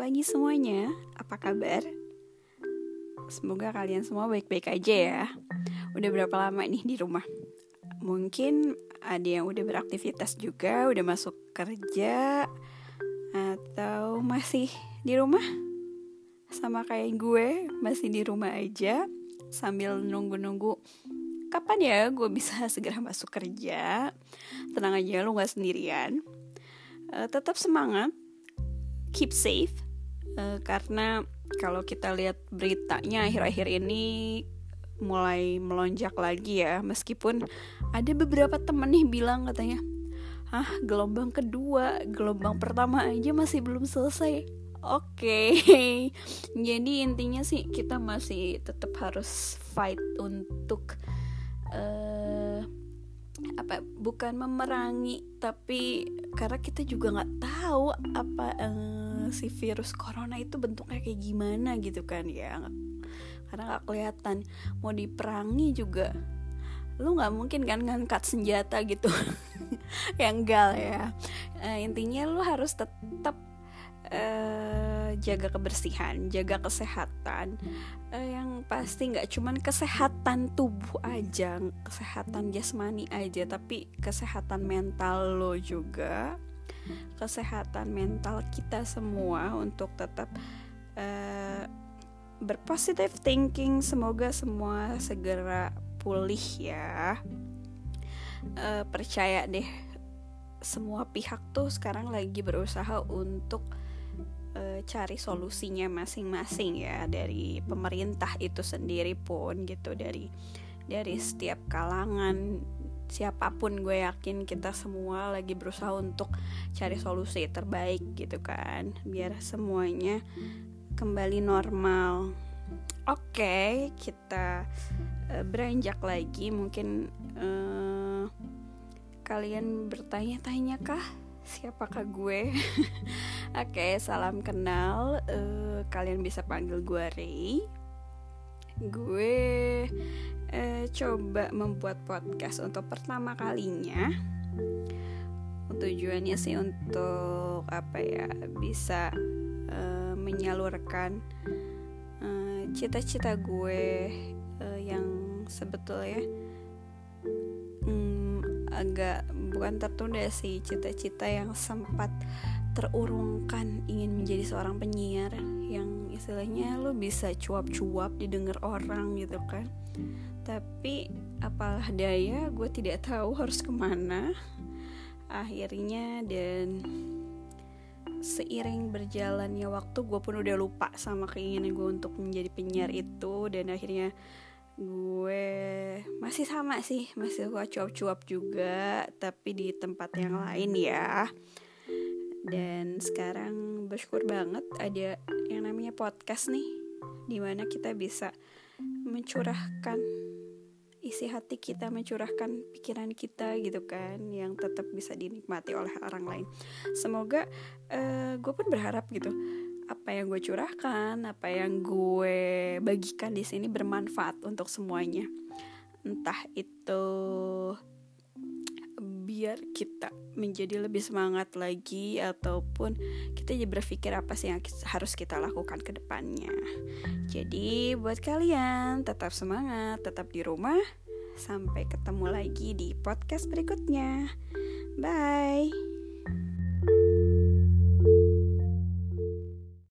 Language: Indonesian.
pagi semuanya, apa kabar? Semoga kalian semua baik-baik aja ya. Udah berapa lama nih di rumah? Mungkin ada yang udah beraktivitas juga, udah masuk kerja, atau masih di rumah? Sama kayak gue, masih di rumah aja, sambil nunggu-nunggu kapan ya gue bisa segera masuk kerja. Tenang aja, lu gak sendirian. Tetap semangat, keep safe, karena kalau kita lihat beritanya akhir-akhir ini mulai melonjak lagi ya. Meskipun ada beberapa temen nih bilang katanya, gelombang kedua, gelombang pertama aja masih belum selesai. Oke. Jadi intinya sih kita masih tetap harus fight untuk bukan memerangi, tapi karena kita juga nggak tahu apa si virus corona itu bentuknya kayak gimana gitu kan ya, karena nggak kelihatan. Mau diperangi juga lu nggak mungkin kan ngangkat senjata gitu. Ya enggak ya. Intinya lu harus tetap jaga kebersihan, jaga kesehatan. Yang pasti nggak cuman kesehatan tubuh aja, kesehatan jasmani aja, tapi kesehatan mental lo juga, kesehatan mental kita semua untuk tetap berpositive thinking. Semoga semua segera pulih ya. Percaya deh, semua pihak tuh sekarang lagi berusaha untuk cari solusinya masing-masing ya, dari pemerintah itu sendiri pun gitu, dari setiap kalangan, siapapun. Gue yakin kita semua lagi berusaha untuk cari solusi terbaik gitu kan, biar semuanya kembali normal. Oke, kita beranjak lagi. Mungkin kalian bertanya-tanya kah, siapakah gue? Oke, salam kenal. Kalian bisa panggil gue Ray. Gue coba membuat podcast untuk pertama kalinya. Tujuannya sih untuk bisa menyalurkan cita-cita gue yang sebetulnya agak bukan tertunda sih, cita-cita yang sempat terurungkan, ingin menjadi seorang penyiar yang istilahnya lo bisa cuap-cuap didengar orang gitu kan. Tapi apalah daya, gue tidak tahu harus kemana akhirnya. Dan seiring berjalannya waktu, gue pun udah lupa sama keinginan gue untuk menjadi penyiar itu. Dan akhirnya gue masih sama sih, masih suka cuap-cuap juga, tapi di tempat yang lain ya. Dan sekarang bersyukur banget ada yang namanya podcast nih, dimana kita bisa mencurahkan isi hati kita, mencurahkan pikiran kita gitu kan, yang tetap bisa dinikmati oleh orang lain. Semoga gue pun berharap gitu, apa yang gue curahkan, apa yang gue bagikan di sini bermanfaat untuk semuanya. Entah itu biar kita menjadi lebih semangat lagi, ataupun kita jadi berpikir apa sih yang harus kita lakukan ke depannya. Jadi buat kalian tetap semangat, tetap di rumah. Sampai ketemu lagi di podcast berikutnya. Bye.